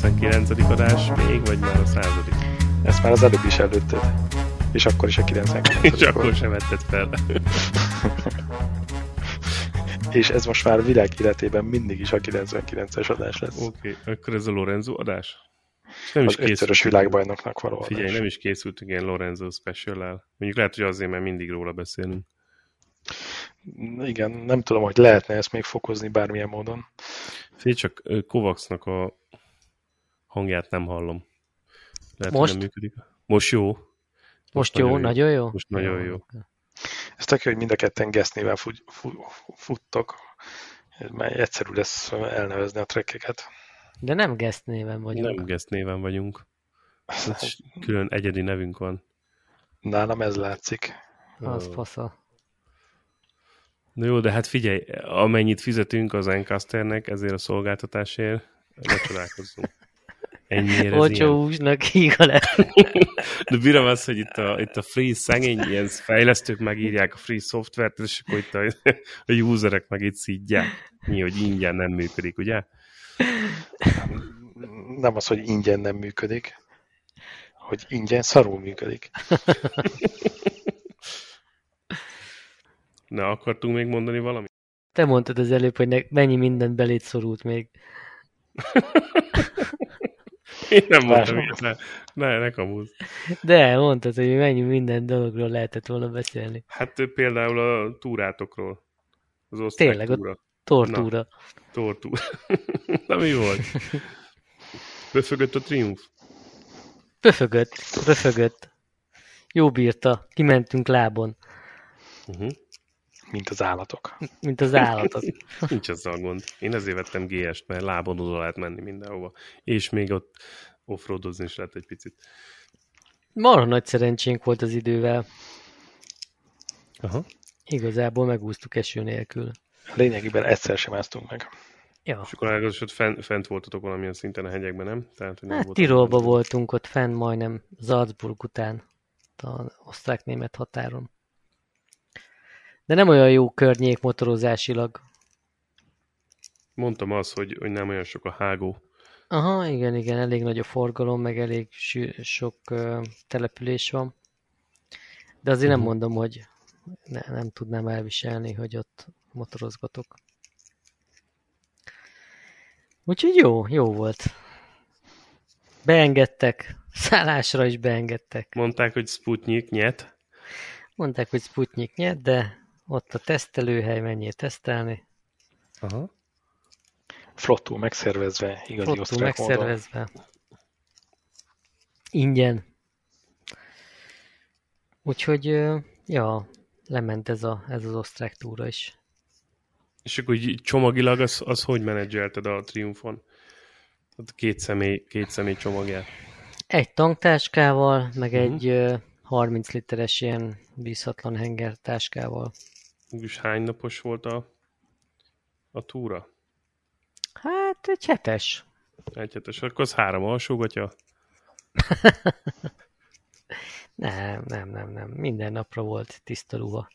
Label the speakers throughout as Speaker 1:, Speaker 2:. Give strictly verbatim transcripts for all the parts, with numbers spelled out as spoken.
Speaker 1: kilencvenkilencedik adás még, vagy már a századik?
Speaker 2: Ezt már az előbb is előtted. És akkor is a kilencvenkilencedik
Speaker 1: És akkor sem vetted fel.
Speaker 2: És ez most már világ életében mindig is a kilencvenkilences adás lesz.
Speaker 1: Oké, okay. Akkor ez a Lorenzo adás? Nem
Speaker 2: az ötszörös világbajnoknak való adás.
Speaker 1: Figyelj, nem is készültünk ilyen Lorenzo special-lel. Mondjuk lehet, hogy azért, mert mindig róla beszélünk.
Speaker 2: Igen, nem tudom, hogy lehetne ezt még fokozni bármilyen módon.
Speaker 1: Figyelj, csak Kovacsnak a hangját nem hallom. Lehet,
Speaker 3: most?
Speaker 1: Nem működik. Most jó. Most,
Speaker 3: most jó, nagyon jó?
Speaker 1: Most nagyon jó.
Speaker 2: Ez tök jó, hogy mind a ketten Guest-nével fut, fut, futtok. Már egyszerű lesz elnevezni a trekkeket.
Speaker 3: De nem Guest néven vagyunk.
Speaker 1: Nem Guest néven vagyunk. Külön egyedi nevünk van.
Speaker 2: Nálam ez látszik.
Speaker 3: Az fasza.
Speaker 1: Na jó, de hát figyelj, amennyit fizetünk az Encasternek ezért a szolgáltatásért, ne csodálkozzunk. Ennyire
Speaker 3: olcsó húsnak híga le.
Speaker 1: De bírom az, hogy itt a, itt a free szegény ilyen fejlesztők megírják a free szoftvert, és akkor itt a, a userek meg itt szídják. Mi, hogy ingyen nem működik, ugye?
Speaker 2: Nem az, hogy ingyen nem működik, hogy ingyen szarul működik.
Speaker 1: Na, akartunk még mondani valamit?
Speaker 3: Te mondtad az előbb, hogy ne, mennyi mindent beléd szorult még.
Speaker 1: Én nem mondtam ilyet, ne, ne, ne kamúzz.
Speaker 3: De, mondtad, hogy mennyi minden dologról lehetett volna beszélni.
Speaker 1: Hát például a túrátokról. Az osztrák
Speaker 3: Tényleg,
Speaker 1: túra.
Speaker 3: a tortúra.
Speaker 1: Na, tortúra. Na mi volt? Befögött a triumf?
Speaker 3: Befögött, befögött. Jó bírta, kimentünk lábon.
Speaker 1: Uh-huh.
Speaker 2: Mint az állatok.
Speaker 3: Mint az állatok.
Speaker 1: Nincs azzal gond. Én ezért vettem gé est, mert lábon oda lehet menni mindenhova. És még ott offroadozni is lehet egy picit.
Speaker 3: Marha nagy szerencsénk volt az idővel.
Speaker 1: Aha.
Speaker 3: Igazából megúsztuk eső nélkül.
Speaker 2: Lényegében egyszer sem áztunk meg.
Speaker 3: Ja.
Speaker 1: És akkor elgazosod fent, fent voltatok valamilyen szinten a hegyekben, nem? Tehát, hogy nem
Speaker 3: Hát
Speaker 1: volt
Speaker 3: Tirolba voltunk ott fenn majdnem Salzburg után, az osztrák-német határon. De nem olyan jó környék motorozásilag.
Speaker 1: Mondtam azt, hogy, hogy nem olyan sok a hágó.
Speaker 3: Aha, igen, igen, elég nagy a forgalom, meg elég sű, sok uh, település van. De azért uh-huh. nem mondom, hogy ne, nem tudnám elviselni, hogy ott motorozgatok. Úgyhogy jó, jó volt. Beengedtek, szállásra is beengedtek.
Speaker 1: Mondták, hogy Sputnik nyet.
Speaker 3: Mondták, hogy Sputnik nyet, de ott a tesztelőhely, menjél tesztelni.
Speaker 1: Aha.
Speaker 2: Flottul megszervezve, igazi
Speaker 3: Flottul
Speaker 2: osztrák
Speaker 3: megszervezve. Módon. Ingyen. Úgyhogy, ja, lement ez, a, ez az osztrák túra is.
Speaker 1: És akkor így csomagilag az, az hogy menedzselted a Triumphon? Két személy, két személy csomagját.
Speaker 3: Egy tanktáskával, meg uh-huh. egy harminc literes ilyen bízhatlan hengertáskával.
Speaker 1: És hány napos volt a, a túra?
Speaker 3: Hát egy hetes.
Speaker 1: Egy hetes. Akkor az három alsógatja?
Speaker 3: nem, nem, nem, nem. Minden napra volt tiszta ruha.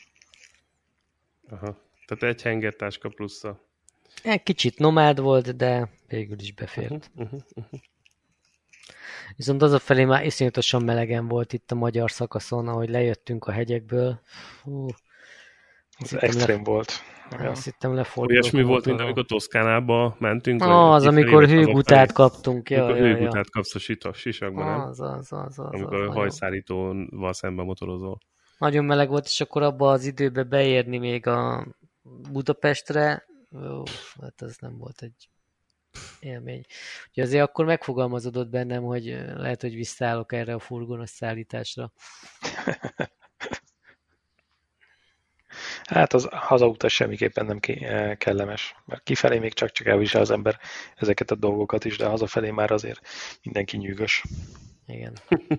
Speaker 1: Aha. Tehát egy hengertáska plusz a...
Speaker 3: Egy kicsit nomád volt, de végül is befért.
Speaker 1: Uh-huh, uh-huh, uh-huh.
Speaker 3: Viszont az a felé már iszonyatosan melegen volt itt a magyar szakaszon, ahogy lejöttünk a hegyekből. Hú,
Speaker 2: az extrém le... volt.
Speaker 3: Azt hittem lefordulok.
Speaker 1: Olyasmi volt, mint amikor Toszkánába mentünk.
Speaker 3: Ah, az, amikor hőgutát kaptunk. Ja,
Speaker 1: amikor
Speaker 3: ja,
Speaker 1: hőgutát
Speaker 3: ja.
Speaker 1: kapsz a sitas, sisakban, nem?
Speaker 3: Az, az, az, az,
Speaker 1: amikor
Speaker 3: az,
Speaker 1: a hajszárítóval szemben motorozol.
Speaker 3: Nagyon meleg volt, és akkor abba az időbe beérni még a Budapestre, uff, hát ez nem volt egy élmény. Úgyhogy azért akkor megfogalmazódott bennem, hogy lehet, hogy visszaállok erre a furgonos szállításra.
Speaker 2: Hát az hazautas semmiképpen nem kellemes, mert kifelé még csak-csak elvisel az ember ezeket a dolgokat is, de hazafelé már azért mindenki nyűgös.
Speaker 3: Igen.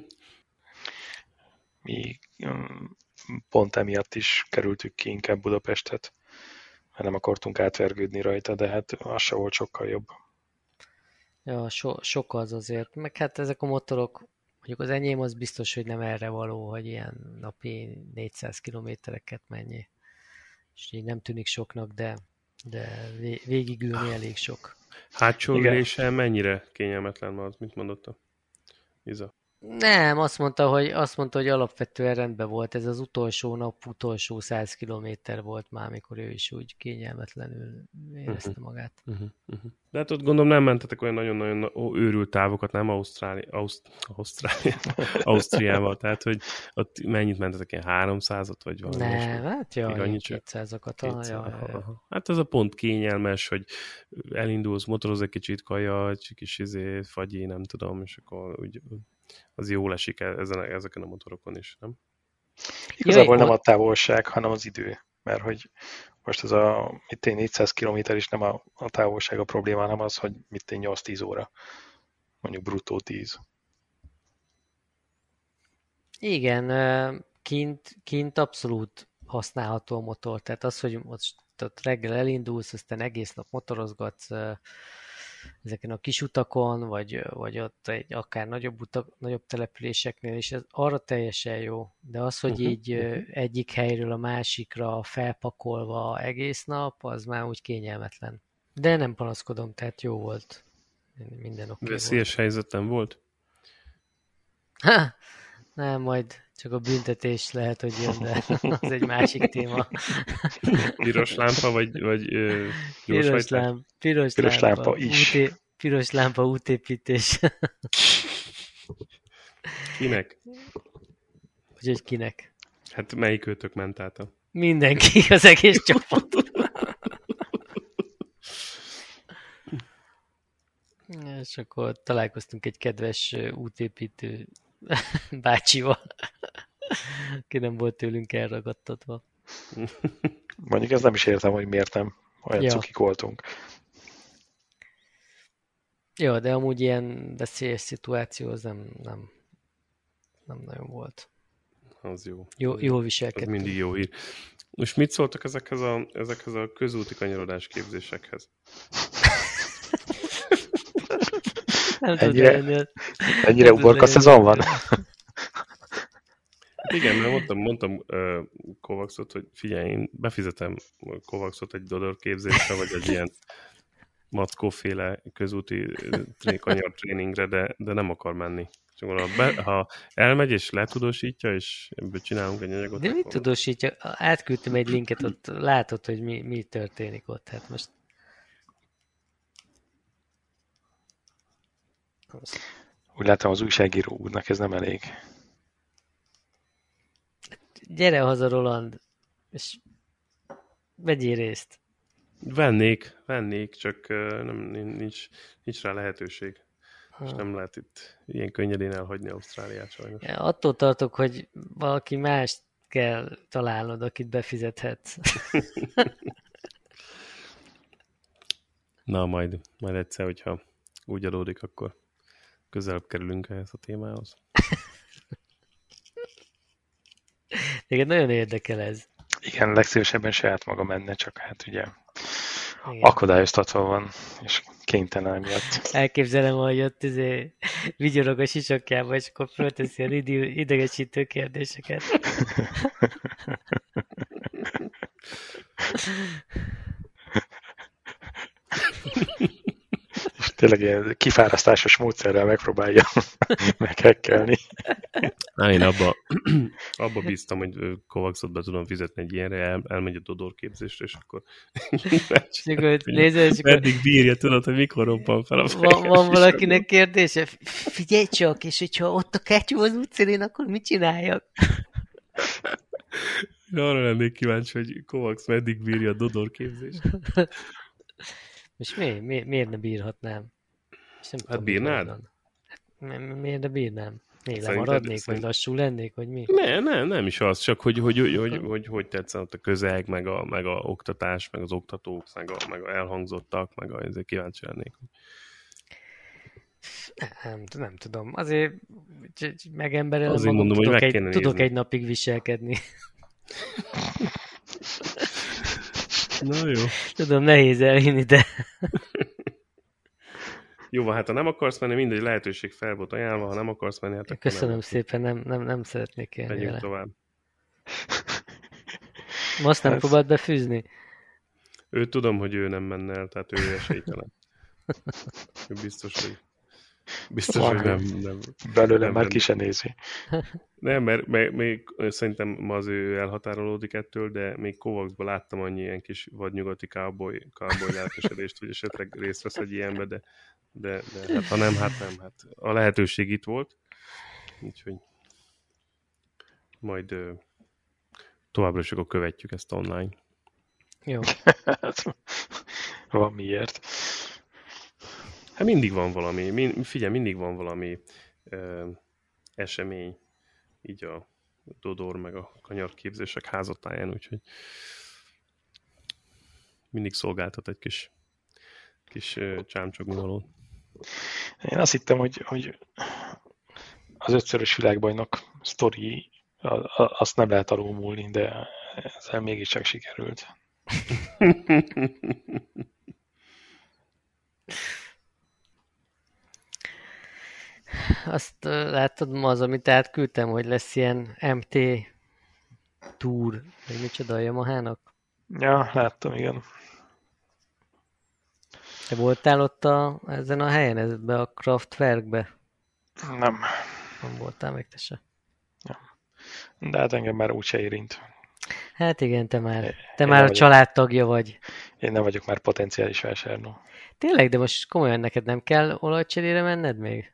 Speaker 2: Mi pont emiatt is kerültük ki inkább Budapestet, mert nem akartunk átvergődni rajta, de hát az se volt sokkal jobb.
Speaker 3: Ja, so, sok az azért. Meg hát ezek a motorok, mondjuk az enyém az biztos, hogy nem erre való, hogy ilyen napi négyszáz kilométereket menjél. És így nem tűnik soknak, de, de végigülni elég sok.
Speaker 1: Hátsó
Speaker 2: Igen.
Speaker 1: ülése mennyire kényelmetlen ma az, mit mondottam? Iza.
Speaker 3: Nem, azt mondta, hogy, azt mondta, hogy alapvetően rendben volt. Ez az utolsó nap, utolsó száz kilométer volt már, amikor ő is úgy kényelmetlenül érezte
Speaker 1: Uh-huh.
Speaker 3: magát.
Speaker 1: Uh-huh. Uh-huh. De hát ott gondolom nem mentetek olyan nagyon-nagyon őrült távokat, nem Ausztráli... Auszt... Ausztrália... Ausztriával, tehát hogy ott mennyit mentetek, ilyen háromszázat, vagy valami?
Speaker 3: Nem, hát ja,
Speaker 1: Még
Speaker 3: ilyen
Speaker 1: annyit csak?
Speaker 3: kétszázakat.
Speaker 1: kétszáz,
Speaker 3: Ja, ja,
Speaker 1: aha,
Speaker 3: ja.
Speaker 1: aha. Hát az a pont kényelmes, hogy elindulsz, motoroz egy kicsit, kaja, kis izé, fagyi, nem tudom, és akkor úgy, az jól esik ezen, ezeken a motorokon is, nem?
Speaker 2: Igazából
Speaker 3: Jaj,
Speaker 2: nem a
Speaker 3: ott-
Speaker 2: távolság, hanem az idő. Mert hogy most ez a mit én négyszáz kilométer is nem a, a távolság a probléma, hanem az, hogy mit én nyolc-tíz óra. Mondjuk bruttó tíz.
Speaker 3: Igen, ö, kint, kint abszolút használható a motor. Tehát az, hogy most ott reggel elindulsz, aztán egész nap motorozgatsz ö, ezeken a kis utakon, vagy, vagy ott egy akár nagyobb, utak, nagyobb településeknél is, ez arra teljesen jó. De az, hogy
Speaker 1: Uh-huh,
Speaker 3: így ö, egyik helyről a másikra felpakolva egész nap, az már úgy kényelmetlen. De nem panaszkodom, tehát jó volt. Minden oké volt.
Speaker 1: Veszélyes helyzet nem volt?
Speaker 3: Ha, nem, majd csak a büntetés lehet, hogy jön, de az egy másik téma.
Speaker 1: Piros lámpa, vagy, vagy ö,
Speaker 3: Piros,
Speaker 1: gyorsajtás?
Speaker 3: lám, piros,
Speaker 2: Piros
Speaker 3: lámpa,
Speaker 2: lámpa is.
Speaker 3: Úté, piros lámpa útépítés.
Speaker 1: Kinek?
Speaker 3: Úgyhogy kinek?
Speaker 1: Hát melyik őtök ment át a...
Speaker 3: Mindenki, az egész csapat. És akkor találkoztunk egy kedves ö, útépítő bácsival, aki nem volt tőlünk elragadtatva.
Speaker 2: Mondjuk ez nem is értem, hogy miért nem. Olyan
Speaker 3: Ja.
Speaker 2: cukik voltunk.
Speaker 3: Jó, de amúgy ilyen veszélyes szituáció az nem, nem, nem nagyon volt.
Speaker 1: Az jó.
Speaker 3: Jó,
Speaker 1: Az
Speaker 3: jól
Speaker 1: Az
Speaker 3: viselkedtünk.
Speaker 1: mindig jó hír. Most mit szóltak ezekhez a, ezekhez a közúti kanyarodás képzésekhez?
Speaker 3: Nem tud
Speaker 2: Ennyire-
Speaker 3: lejönni.
Speaker 2: Ennyire
Speaker 3: Nem tud
Speaker 2: uborka
Speaker 3: lejönni.
Speaker 2: szezon van?
Speaker 1: Hát igen, mert mondtam, mondtam uh, Kovacsot, hogy figyelj, én befizetem Kovacsot egy Dodor képzésre, vagy egy ilyen mackóféle közúti tré- kanyar tréningre, de, de nem akar menni. Csak ha, be, ha elmegy és letudósítja, és ebből csinálunk egy anyagot,
Speaker 3: De mit
Speaker 1: akkor-
Speaker 3: tudósítja? Átküldtem egy linket, ott látod, hogy mi, mi történik ott. Hát most...
Speaker 2: Úgy látom, az újságíró úrnak ez nem elég.
Speaker 3: Gyere haza, Roland, és vegyél részt.
Speaker 1: Vennék, vennék, csak uh, nem, nincs, nincs rá lehetőség. És
Speaker 3: Ha.
Speaker 1: nem lehet itt ilyen könnyedén elhagyni Ausztráliát sajnos.
Speaker 3: Ja, attól tartok, hogy valaki mást kell találnod, akit befizethetsz.
Speaker 1: Na, majd, majd egyszer, hogyha úgy adódik, akkor közelebb kerülünk ehhez a témához.
Speaker 3: Téged nagyon érdekel ez.
Speaker 2: Igen, legszívesebben saját maga menne, csak hát ugye
Speaker 3: Igen.
Speaker 2: akadályoztatva van, és kénytelen emiatt.
Speaker 3: Elképzelem, hogy ott izé, vigyorog a sisakjába, és akkor fölteszi a ide- idegesítő kérdéseket.
Speaker 2: És tényleg ilyen kifárasztásos módszerrel megpróbálja meghekkelni.
Speaker 1: Na, én abba, abba bíztam, hogy Kovacsot be tudom fizetni egy ilyenre, el, elmegy a Dodor képzésre, és akkor
Speaker 3: És akkor nézel, és akkor
Speaker 1: meddig bírja, tudod, hogy mikor robban fel a
Speaker 3: van,
Speaker 1: feje,
Speaker 3: van
Speaker 1: és
Speaker 3: valakinek kérdése? Figyelj csak, és hogyha ott a ketyó az útszélén, akkor mit csináljak?
Speaker 1: akkor arra lennék kíváncsi, hogy Kovacs meddig bírja a Dodor képzést.
Speaker 3: Most mi, mi, miért ne bírhatnám? És nem tudom, mi
Speaker 1: bírnád?
Speaker 3: van. Hát, mi- mi- miért ne bírnám? Mi,
Speaker 1: Szerinted-
Speaker 3: lemaradnék, vagy
Speaker 1: szerint-
Speaker 3: lassú lennék, vagy mi?
Speaker 1: Ne, nem, nem is az, csak hogy hogy, hogy, hogy, hogy, hogy tetszen ott a közeg, meg a, meg a oktatás, meg az oktatók, meg a, meg a elhangzottak, meg a, ezért kíváncsi lennék.
Speaker 3: Nem, nem tudom. Azért c- c- megemberelem
Speaker 1: Azért
Speaker 3: magam,
Speaker 1: mondom, hogy
Speaker 3: tudok,
Speaker 1: meg
Speaker 3: egy,
Speaker 1: kéne
Speaker 3: tudok
Speaker 1: nézni.
Speaker 3: egy napig viselkedni.
Speaker 1: Na jó.
Speaker 3: Tudom, nehéz elhinni, de
Speaker 1: Jó van, hát ha nem akarsz menni, mindegy lehetőség fel volt ajánlva, ha nem akarsz menni, hát akkor
Speaker 3: köszönöm
Speaker 1: nem.
Speaker 3: szépen, nem, nem, nem szeretnék élni
Speaker 1: Megyünk
Speaker 3: vele.
Speaker 1: tovább.
Speaker 3: Azt nem
Speaker 2: Ez-
Speaker 3: próbáld befűzni?
Speaker 1: Ő tudom, hogy ő nem menne el, tehát ő esélytelen. Biztos, hogy, biztos,
Speaker 2: Van,
Speaker 1: hogy nem, nem,
Speaker 2: belőle
Speaker 1: nem,
Speaker 2: már
Speaker 1: nem.
Speaker 2: ki se nézi.
Speaker 1: Nem, mert még, még szerintem ma az ő elhatárolódik ettől, de még Kovacsban láttam annyi ilyen kis vadnyugati cowboy, cowboy lelkesedést, hogy esetleg részt vesz egy ilyenbe, de, de, de hát ha nem, hát nem. Hát a lehetőség itt volt, úgyhogy majd ö, továbbra is akkor követjük ezt online.
Speaker 3: Jó.
Speaker 2: Van miért.
Speaker 1: Hát mindig van valami, min, figyelj, mindig van valami ö, esemény, így a Dodor meg a kanyarképzések házatáján, úgyhogy mindig szolgáltat egy kis, kis uh, csámcsognivalót.
Speaker 2: Én azt hittem, hogy, hogy az ötszörös világbajnok sztori, azt nem lehet alulmúlni, de ezzel mégiscsak sikerült.
Speaker 3: Azt uh, láttad ma az, amit átküldtem, hogy lesz ilyen em té túr, vagy micsoda a Yamahának?
Speaker 2: Ja, láttam, igen.
Speaker 3: Te voltál ott a, ezen a helyen, ebbe a Kraftwerkbe?
Speaker 2: Nem.
Speaker 3: Nem voltál meg te se.
Speaker 2: Ja. De hát engem már úgyse érint.
Speaker 3: Hát igen, te már, te
Speaker 2: Én
Speaker 3: már a
Speaker 2: vagyok.
Speaker 3: családtagja vagy.
Speaker 2: Én nem vagyok már potenciális vásárló.
Speaker 3: Tényleg, de most komolyan neked nem kell olajcserére menned még?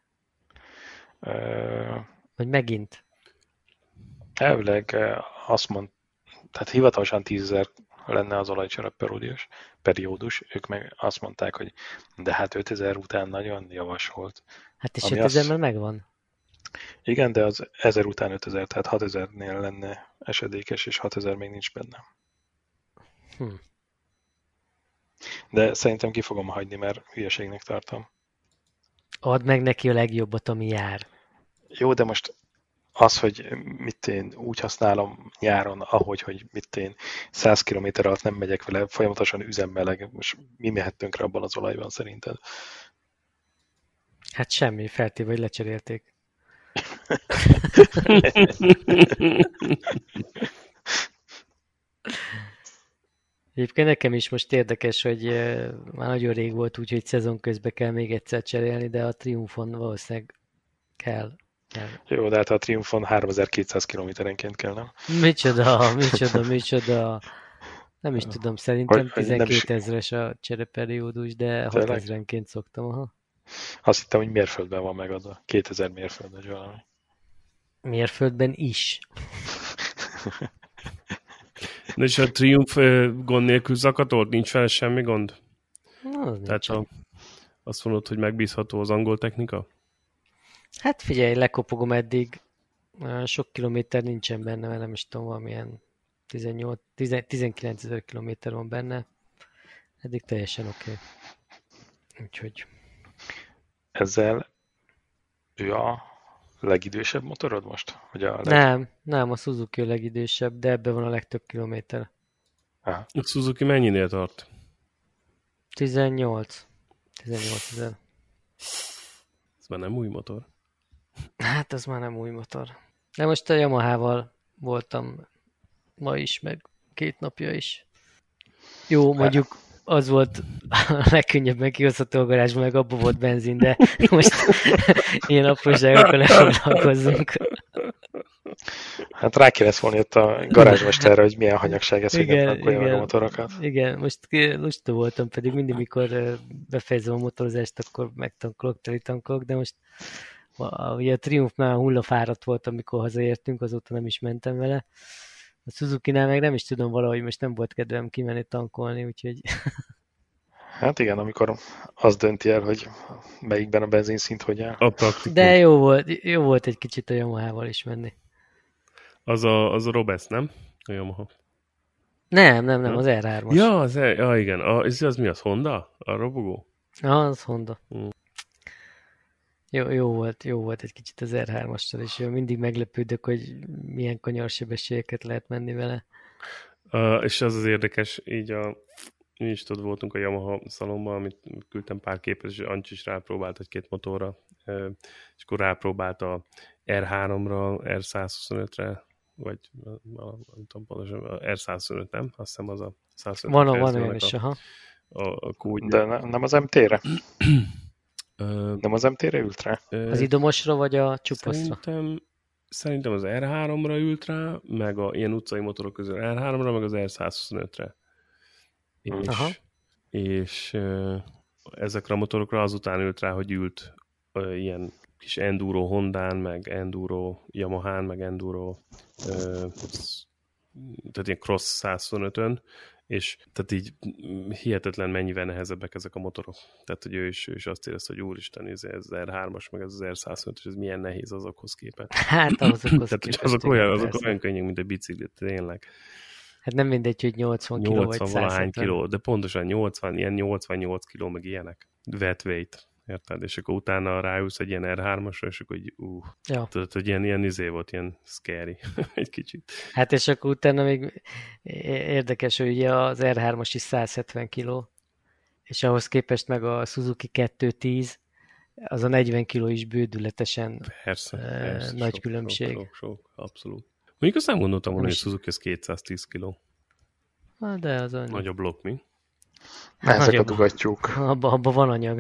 Speaker 2: Ö,
Speaker 3: Vagy megint?
Speaker 2: elvileg azt mond, tehát hivatalosan tízezer lenne az olajcsere periódus, periódus, ők meg azt mondták, hogy de hát ötezer után nagyon javasolt.
Speaker 3: Hát és
Speaker 2: Ami
Speaker 3: ötezerben
Speaker 2: az-
Speaker 3: megvan.
Speaker 2: Igen, de az ezer után ötezer, tehát hatezernél lenne esedékes, és hatezer még nincs benne.
Speaker 3: Hm.
Speaker 2: De szerintem ki fogom hagyni, mert hülyeségnek tartom.
Speaker 3: Add meg neki a legjobbat, ami jár.
Speaker 2: Jó, de most az, hogy mit én úgy használom nyáron, ahogy, hogy mit én száz kilométer alatt nem megyek vele, folyamatosan üzemmeleg, most mi mehet tönkre abban az olajban szerinted?
Speaker 3: Hát semmi, feltéve, hogy lecserélték. Egyébként nekem is most érdekes, hogy eh, már nagyon rég volt úgy, hogy szezon közben kell még egyszer cserélni, de a Triumphon valószínűleg kell. kell.
Speaker 2: Jó, de hát a Triumphon háromezer-kétszáz kilométerenként kell, nem?
Speaker 3: Micsoda, micsoda, micsoda. Nem is tudom, szerintem
Speaker 2: Hogy- hogy nem is-
Speaker 3: tizenkét ezres a csereperiódus, de
Speaker 2: Tényleg?
Speaker 3: hatezrenként szoktam. Aha.
Speaker 2: Azt hittem, hogy mérföldben van megadva. kétezer mérföld, vagy valami.
Speaker 3: Mérföldben is.
Speaker 1: Na és a Triumph ö, gond nélkül zakatolt? Nincs vele semmi gond?
Speaker 3: Na, az
Speaker 1: Tehát
Speaker 3: nincsen.
Speaker 1: ha azt mondod, hogy megbízható az angol technika?
Speaker 3: Hát figyelj, lekopogom eddig. Olyan sok kilométer nincsen benne, mert nem is tudom, valamilyen tizennyolc, tizenkilenc ezer kilométer van benne. Eddig teljesen oké. Okay. Úgyhogy
Speaker 2: Ezzel ő a legidősebb motorod most? Vagy a leg...
Speaker 3: nem, nem, a Suzuki a legidősebb, de ebben van a legtöbb kilométer.
Speaker 2: Aha.
Speaker 1: A Suzuki mennyinél tart?
Speaker 3: tizennyolc. tizennyolc ezer.
Speaker 1: Ez már nem új motor.
Speaker 3: Hát az már nem új motor. De most a Yamahával voltam ma is, meg két napja is. Jó, mondjuk az volt a legkönnyebb megkihozható a garázsban, meg abban volt benzin, de most ilyen apróságokkal ne foglalkozzunk.
Speaker 2: Hát rá kéne szólni ott a garázsmesterre, hogy milyen hanyagság ez, hogy nem
Speaker 3: Igen,
Speaker 2: tankolja meg a
Speaker 3: igen,
Speaker 2: motorokat.
Speaker 3: igen, most ki- lusta voltam, pedig mindig, mikor ö, befejezem a motorozást, akkor megtankolok, teli tankolok, de most a, ugye a Triumph már hullafáradt volt, amikor hazaértünk, azóta nem is mentem vele. A Suzuki-nál meg nem is tudom, valahogy most nem volt kedvem kimenni tankolni, úgyhogy
Speaker 2: Hát igen, amikor az dönti el, hogy melyikben a benzinszint hogy áll.
Speaker 1: A praktikum.
Speaker 3: de jó volt, jó volt egy kicsit a Yamahával is menni.
Speaker 1: Az a, az a Robesz, nem? A Yamaha.
Speaker 3: Nem, nem, nem, az er hármas.
Speaker 1: Ja, az, e- ja igen. A, ez az mi az? Honda? A robogó?
Speaker 3: Ah, az Honda.
Speaker 1: Mm.
Speaker 3: Jó, jó volt, jó volt egy kicsit az er hármassal, és mindig meglepődök, hogy milyen kanyarsebességeket lehet menni vele.
Speaker 1: Uh, és az az érdekes, így a mi is tudod, voltunk a Yamaha szalomban, amit küldtem pár képet, és Ancsi is rápróbált egy-két motorra, uh, és akkor rápróbált a er háromra, er százhuszonötre, vagy nem tudom pontosan, a er százhuszonöt, nem? Azt hiszem az a százhuszonöt
Speaker 3: Van, van olyan is, aha.
Speaker 1: a, a kódja.
Speaker 2: De ne, nem az em té-re?
Speaker 1: Uh,
Speaker 2: nem az em té-re ült rá?
Speaker 1: Uh,
Speaker 3: az idomosra vagy a csupaszra?
Speaker 1: Szerintem, szerintem az er háromra ült rá, meg a ilyen utcai motorok közül er háromra, meg az er százhuszonötre. És, és uh, ezekre a motorokra azután ült rá, hogy ült uh, ilyen kis Enduro Hondán, meg Enduro Yamahán, meg Enduro uh, tehát ilyen Cross százhuszonötön, és tehát így hihetetlen mennyivel nehezebbek ezek a motorok. Tehát, hogy ő is, ő is azt érezte, hogy úristen, ez az er hármas, meg ez az er százhuszonöt, ez milyen nehéz azokhoz képest.
Speaker 3: Hát azokhoz
Speaker 1: tehát,
Speaker 3: képest.
Speaker 1: azok olyan, azok olyan könnyűek, mint egy bicikli, tényleg.
Speaker 3: Hát nem mindegy, hogy nyolcvan kiló vagy
Speaker 1: nyolcvan kiló, de pontosan nyolcvan, ilyen nyolcvannyolc kiló, meg ilyenek. Wet weight. Érted? És akkor utána ráülsz egy ilyen er hármasra, és akkor így, uh, ja. Tudod, hogy ilyen, ilyen izé volt, ilyen scary egy kicsit.
Speaker 3: Hát és akkor utána még érdekes, hogy ugye az er hármas is száz hetven kiló, és ahhoz képest meg a Suzuki kétszáztíz, az a negyven kiló is bődületesen
Speaker 1: persze,
Speaker 3: uh,
Speaker 1: persze,
Speaker 3: nagy
Speaker 1: sok,
Speaker 3: különbség.
Speaker 1: Sok, sok, sok, abszolút. Mondjuk azt nem gondoltam volna, hogy a Suzuki az kétszáztíz kiló.
Speaker 3: Na, de az annyi.
Speaker 1: Nagyobb blokk, mi?
Speaker 2: Ezek a dugattyúk.
Speaker 3: Abban abba van anyag.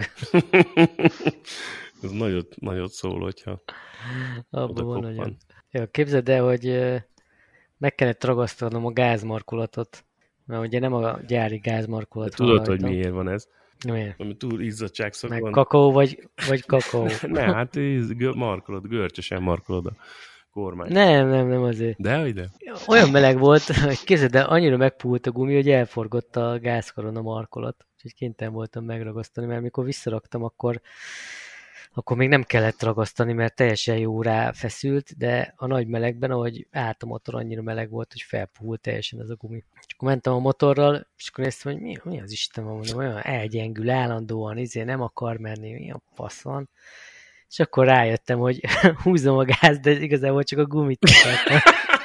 Speaker 1: Ez nagyot, nagyot szól, hogyha
Speaker 3: abban van anyag. Ja, képzeld el, hogy meg kellett ragasztanom a gázmarkolatot, mert ugye nem a gyári gázmarkolat
Speaker 1: van. Tudod, hogy miért van ez?
Speaker 3: Miért?
Speaker 1: Ami túl izzadságszak
Speaker 3: meg
Speaker 1: van.
Speaker 3: Kakaó vagy, vagy kakaó?
Speaker 1: Ne, hát markolod, görcsösen markolod a kormány.
Speaker 3: Nem, nem, nem azért.
Speaker 1: De, hogy de?
Speaker 3: Olyan meleg volt, hogy képzeld, de annyira megpult a gumi, hogy elforgott a gázkaron a markolat. Úgyhogy kénytelen voltam megragasztani, mert mikor visszaraktam, akkor, akkor még nem kellett ragasztani, mert teljesen jó rá feszült, de a nagy melegben, ahogy állt a motor, annyira meleg volt, hogy felpuhult teljesen ez a gumi. És akkor mentem a motorral, és akkor néztem, hogy mi, mi az Isten van, mondom, olyan elgyengül állandóan, izé nem akar menni, mi a fasz van. És akkor rájöttem, hogy húzom a gáz, de igazából csak a gumit akartam.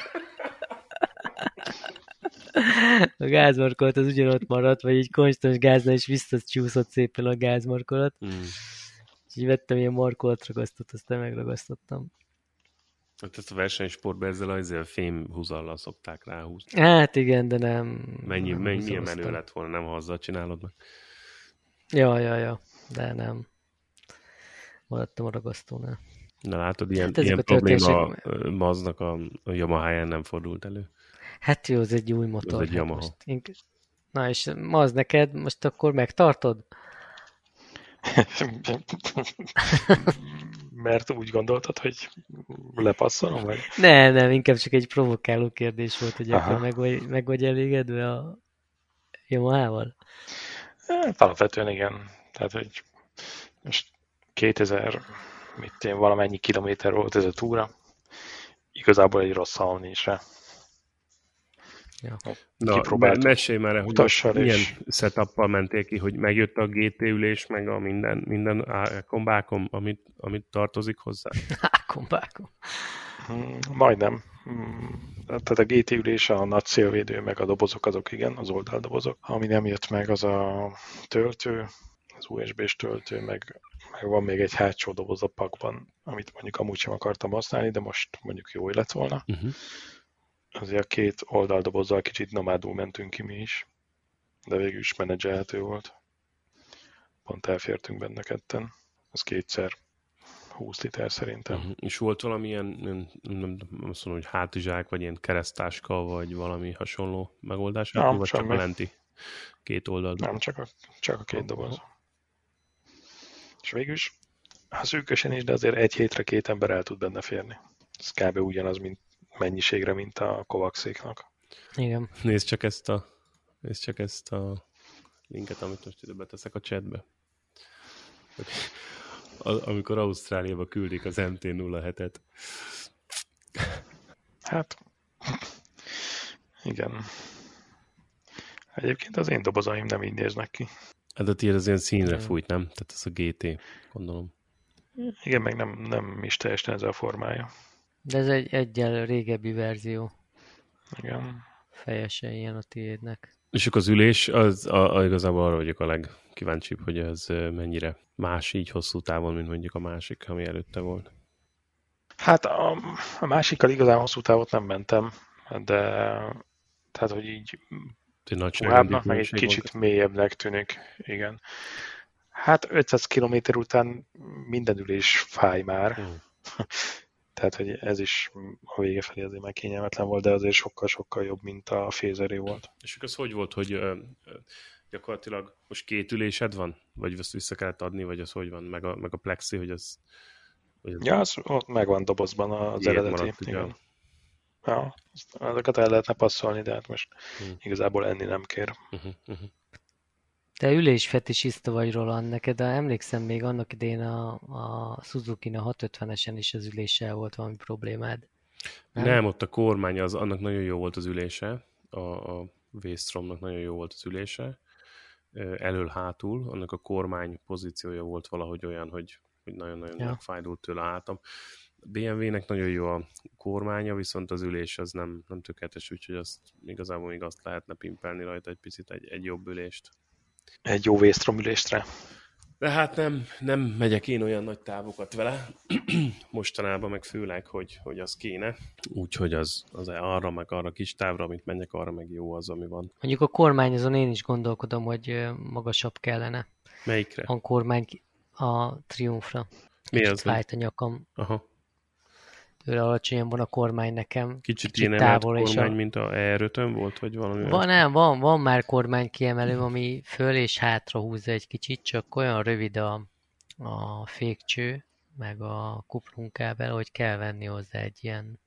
Speaker 3: A gázmarkolat az ugyanott maradt, vagy egy konstans gáznál is visszacsúszott szépen a gázmarkolat. Mm. És így vettem ilyen markolatragasztót, aztán megragasztottam.
Speaker 1: Hát ezt a versenysportban ezzel a fém húzallal szokták ráhúzni.
Speaker 3: Hát igen, de nem...
Speaker 1: Mennyi,
Speaker 3: nem
Speaker 1: mennyi milyen menő lett volna, nem ha azzal csinálod meg.
Speaker 3: Ja, ja, ja, de nem. Maradtam a ragasztónál.
Speaker 1: Na látod, ilyen, hát ilyen probléma Maznak a, a Yamaháján nem fordult elő.
Speaker 3: Hát jó, ez egy új motor.
Speaker 1: Ez egy Yamaha.
Speaker 3: Hát most... Na és Maz neked most akkor megtartod?
Speaker 2: Mert úgy gondoltad, hogy lepasszolom, vagy?
Speaker 3: Nem, nem, inkább csak egy provokáló kérdés volt, hogy akkor meg vagy, meg vagy elégedve a Yamahával?
Speaker 2: Hát alapvetően igen. Tehát, hogy most kétezer, mit én, valamennyi kilométer volt ez a túra. Igazából egy rossz szalom nincs rá.
Speaker 3: Ja.
Speaker 1: Na, mesélj már, hogy milyen setuppal mentél ki, hogy megjött a gé té ülés, meg a minden, minden ákombákom, amit, amit tartozik hozzá?
Speaker 3: Ákombákom.
Speaker 2: Hmm, majdnem. Hmm, tehát a gé té ülés, a nagy szélvédő, meg a dobozok, azok igen, az oldaldobozok. Ami nem jött meg, az a töltő, az u es bé-s töltő, meg, meg van még egy hátsó doboz a pakban, amit mondjuk amúgy sem akartam használni, de most mondjuk jó lett volna. Uh-huh. Azért a két oldaldobozzal kicsit nomádul mentünk ki mi is, de végül is menedzselhető volt. Pont elfértünk benne ketten. Az kétszer húsz liter szerintem. Uh-huh.
Speaker 1: És volt valamilyen, nem, nem azt mondom, hogy hátizsák, vagy ilyen keresztáska, vagy valami hasonló megoldás?
Speaker 2: Nem,
Speaker 1: vagy
Speaker 2: semmi.
Speaker 1: Csak a lenti két oldal?
Speaker 2: Nem, csak a, csak a két doboz. Uh-huh. És végül is, ha szűkösen is, de azért egy hétre két ember el tud benne férni. Ez kb. Ugyanaz, mint mennyiségre, mint a Kovaxéknak.
Speaker 3: Igen.
Speaker 1: Nézd csak ezt a, nézd csak ezt a linket, amit most ide beteszek a chatbe. Amikor Ausztráliába küldik az em té nulla hetet.
Speaker 2: Hát, igen. Egyébként az én dobozaim nem így néznek ki.
Speaker 1: Hát a tiéd az ilyen színre fújt, nem? Tehát ez a gé té, gondolom.
Speaker 2: Igen, meg nem, nem is teljesen ez a formája.
Speaker 3: De ez egy egyen régebbi verzió.
Speaker 2: Igen.
Speaker 3: Fejesen ilyen a tiédnek.
Speaker 1: És akkor az ülés, az a, a, igazából arra vagyok a legkíváncsibb, hogy ez mennyire más így hosszú távon, mint mondjuk a másik, ami előtte volt.
Speaker 2: Hát a, a másikkal igazán hosszú távot nem mentem, de tehát, hogy így puhábbnak, meg egy kicsit mélyebbnek tűnik. Igen. Hát ötszáz kilométer után minden ülés fáj már. Hmm. Tehát, hogy ez is a vége felé azért már kényelmetlen volt, de azért sokkal-sokkal jobb, mint a Phaseré volt.
Speaker 1: És az hogy volt, hogy ö, ö, gyakorlatilag most két ülésed van? Vagy azt vissza kellett adni, vagy az hogy van? Meg a, meg a plexi, hogy az...
Speaker 2: Hogy az ja, az ott megvan dobozban az eredeti. Maradt, igen. Ja, azokat el lehetne passzolni, de hát most hmm. igazából enni nem kér. Uh-huh, uh-huh.
Speaker 3: Te ülésfetisiszta vagy, Roland, neked emlékszem még annak idején a, a Suzuki-n a hatszázötvenesen is az üléssel volt valami problémád.
Speaker 1: Nem, nem ott a kormány, az, annak nagyon jó volt az ülése, a, a V-Stromnak nagyon jó volt az ülése, elől-hátul, annak a kormány pozíciója volt valahogy olyan, hogy, hogy nagyon-nagyon ja. megfájdult tőle a hátam. bé em vé-nek nagyon jó a kormánya, viszont az ülés az nem, nem tökéletes, úgyhogy azt igazából még azt lehetne pimpelni rajta egy picit, egy, egy jobb ülést.
Speaker 2: Egy jó V-Strom üléstre.
Speaker 1: De hát nem, nem megyek én olyan nagy távokat vele, mostanában meg főleg, hogy, hogy az kéne. Úgyhogy az, az arra, meg arra kis távra, amit menjek, arra meg jó az, ami van.
Speaker 3: Mondjuk a kormányozón én is gondolkodom, hogy magasabb kellene.
Speaker 1: Melyikre?
Speaker 3: A kormány a Triumphra.
Speaker 1: Mi az?
Speaker 3: Fájt a nyakam.
Speaker 1: Aha.
Speaker 3: Tőle alacsonyan van a kormány nekem.
Speaker 1: Kicsit, kicsit ilyen emelt kormány, a... mint a E R ötön volt, vagy valami?
Speaker 3: Van, nem, van, van már kormány kiemelő, ami föl és hátra húzza egy kicsit, csak olyan rövid a, a fékcső, meg a kuplunkábel, hogy kell venni hozzá egy ilyen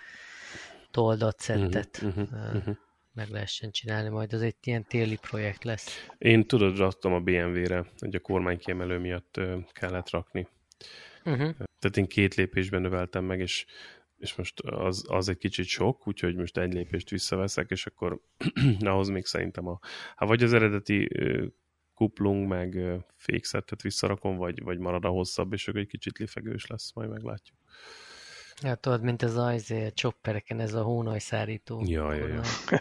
Speaker 3: toldat szettet. Uh-huh, uh-huh, uh-huh. Meg lehessen csinálni, majd az egy ilyen téli projekt lesz.
Speaker 1: Én tudod, raktam a bé em vé-re, hogy a kormány kiemelő miatt kellett rakni. Uh-huh. Tehát én két lépésben növeltem meg, és, és most az, az egy kicsit sok, úgyhogy most egy lépést visszaveszek, és akkor ahhoz még szerintem a... Hát vagy az eredeti uh, kuplung, meg uh, fékszettet visszarakom, vagy, vagy marad a hosszabb, és akkor egy kicsit lifegős lesz, majd meglátjuk.
Speaker 3: Ja, tudod, mint ez a, a choppereken, ez a hónajszárító.
Speaker 1: Ja, ja, ja.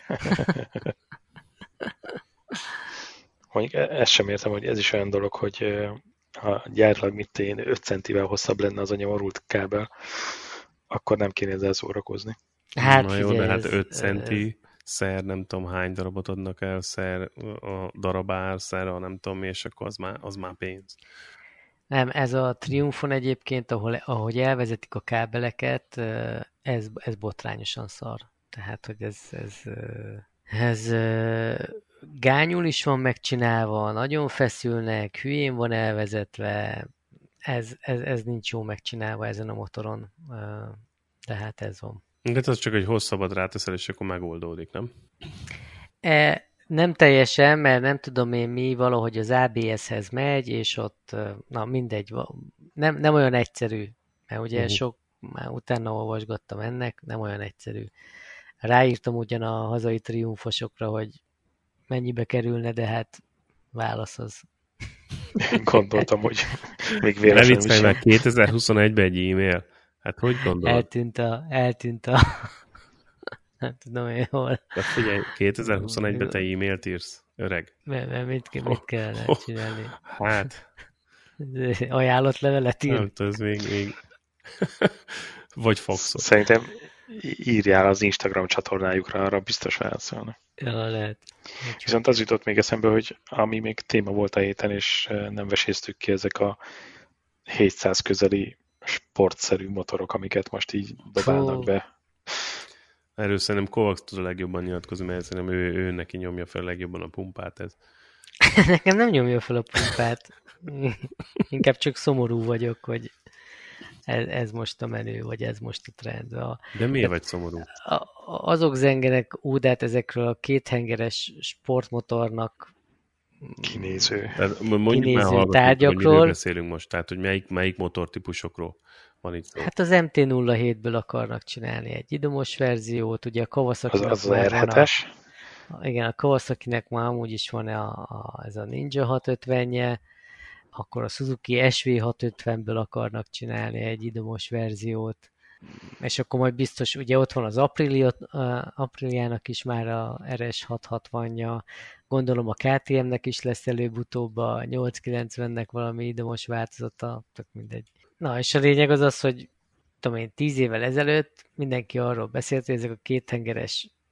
Speaker 2: Mondjuk ezt sem értem, hogy ez is olyan dolog, hogy ha gyárilag mit én öt centivel hosszabb lenne az a nyomorult kábel, akkor nem kéne ezzel szórakozni.
Speaker 1: Hát, na jó, de hát öt centi, ez... szer nem tudom hány darabot adnak el, szer a darabár, szer a nem tudom mi, és akkor az már, az már pénz.
Speaker 3: Nem, ez a Triumphon egyébként, ahol, ahogy elvezetik a kábeleket, ez, ez botrányosan szar. Tehát, hogy ez, ez, ez gányul is van megcsinálva, nagyon feszülnek, hülyén van elvezetve, ez, ez, ez nincs jó megcsinálva ezen a motoron, de hát ez van.
Speaker 1: De az csak egy hosszabbat ráteszel, és akkor megoldódik, nem?
Speaker 3: E, nem teljesen, mert nem tudom én mi, valahogy az á bé es-hez megy, és ott, na mindegy, nem, nem olyan egyszerű, mert ugye uh-huh. sok, már utána olvasgattam ennek, nem olyan egyszerű. Ráírtam ugyan a hazai triumfosokra, hogy mennyibe kerülne, de hát válasz az.
Speaker 2: Gondoltam, hogy még véletlenül is.
Speaker 1: Meg kétezer-huszonegyben egy e-mail. Hát hogy gondolod?
Speaker 3: Eltűnt a, eltűnt a, nem tudom én hol.
Speaker 1: De figyelj, kétezer-huszonegyben te e-mailt írsz, öreg.
Speaker 3: Mert, mert mit, mit kellene oh, csinálni?
Speaker 1: Hát.
Speaker 3: Ajánlott levelet ír?
Speaker 1: Nem, ez még, még... Vagy faxot.
Speaker 2: Szerintem írjál az Instagram csatornájukra, arra biztos válaszolnak.
Speaker 3: Ja, lehet.
Speaker 2: Viszont az jutott még eszembe, hogy ami még téma volt a héten, és nem veséztük ki, ezek a hétszáz közeli sportszerű motorok, amiket most így dobálnak oh. be.
Speaker 1: Erről szerintem Kovacs tud a legjobban nyilatkozni, mert szerintem ő, ő neki nyomja fel a legjobban a pumpát. Ez.
Speaker 3: Nekem nem nyomja fel a pumpát. Inkább csak szomorú vagyok, hogy ez, ez most a menő, vagy ez most a trend. A,
Speaker 1: de miért vagy szomorú?
Speaker 3: A, azok zengenek údát ezekről a kéthengeres sportmotornak
Speaker 2: kinéző,
Speaker 1: tehát, mondjuk
Speaker 3: kinéző
Speaker 1: már
Speaker 3: tárgyakról.
Speaker 1: Hogy beszélünk most, tehát hogy melyik, melyik motortípusokról van itt szó?
Speaker 3: Hát az em té nulla hétből akarnak csinálni egy idomos verziót, ugye a Kawasaki-nak
Speaker 2: az, az er hetes.
Speaker 3: A, igen, a Kawasaki-nek már amúgy is van a, a, ez a Ninja hatszázötvenje, akkor a Suzuki es vé hatszázötvenből akarnak csinálni egy idomos verziót, és akkor majd biztos, ugye ott van az Aprilia, Apriliának is már a er es hatszázhatvanja, gondolom a ká té em-nek is lesz előbb-utóbb a nyolcszázkilencvennek valami idomos változata, tök mindegy. Na, és a lényeg az az, hogy tudom én, tíz évvel ezelőtt mindenki arról beszélt, hogy ezek a kéthengeres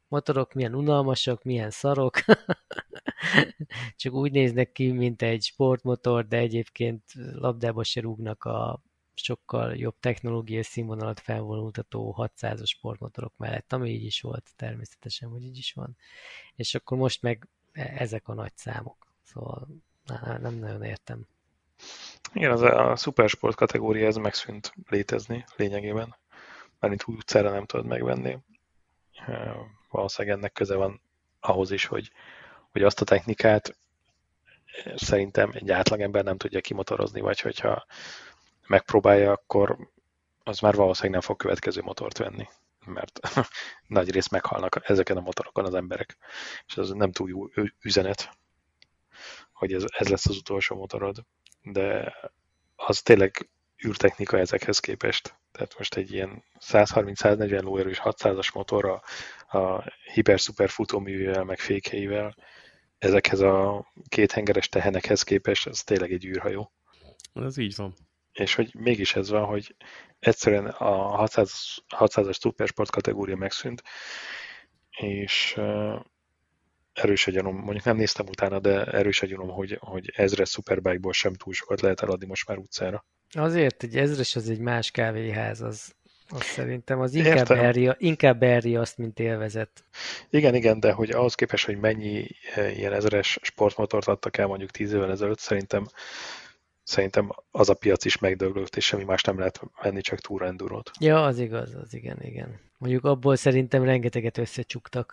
Speaker 3: motorok milyen unalmasak, milyen szarok. Csak úgy néznek ki, mint egy sportmotor, de egyébként labdába se rúgnak a sokkal jobb technológiai színvonalat felvonultató hatszázas sportmotorok mellett, ami így is volt, természetesen, hogy így is van. És akkor most meg ezek a nagy számok. Szóval nem nagyon értem.
Speaker 2: Igen, az a szupersport kategória, ez megszűnt létezni lényegében. Mert úgy utcára nem tudod megvenni. Valószínűleg ennek köze van ahhoz is, hogy, hogy azt a technikát szerintem egy átlagember nem tudja kimotorozni, vagy hogyha megpróbálja, akkor az már valószínűleg nem fog következő motort venni, mert nagy rész meghalnak ezeken a motorokon az emberek, és ez nem túl jó üzenet, hogy ez, ez lesz az utolsó motorod, de az tényleg űrtechnika ezekhez képest. Tehát most egy ilyen száz harminc-száznegyven lóerős hatszázas motor a, a hiper-szuper futóművével, meg fékeivel, ezekhez a kéthengeres tehenekhez képest, ez tényleg egy űrhajó.
Speaker 1: Ez így van.
Speaker 2: És hogy mégis ez van, hogy egyszerűen a hatszázas szupersport kategória megszűnt, és erős a gyanom, mondjuk nem néztem utána, de erős a gyanom, hogy, hogy ezres szuperbike-ból sem túl sokat lehet eladni most már utcára.
Speaker 3: Azért egy ezres az egy más kávéház, az, az szerintem az inkább erri, inkább erri azt, mint élvezet.
Speaker 2: Igen, igen, de hogy ahhoz képest, hogy mennyi ilyen ezres sportmotort adtak el mondjuk tíz évvel ezelőtt, szerintem Szerintem az a piac is megdöglött, és semmi más nem lehet venni, csak túra endurót.
Speaker 3: Ja, az igaz, az igen, igen. Mondjuk abból szerintem rengeteget összecsuktak.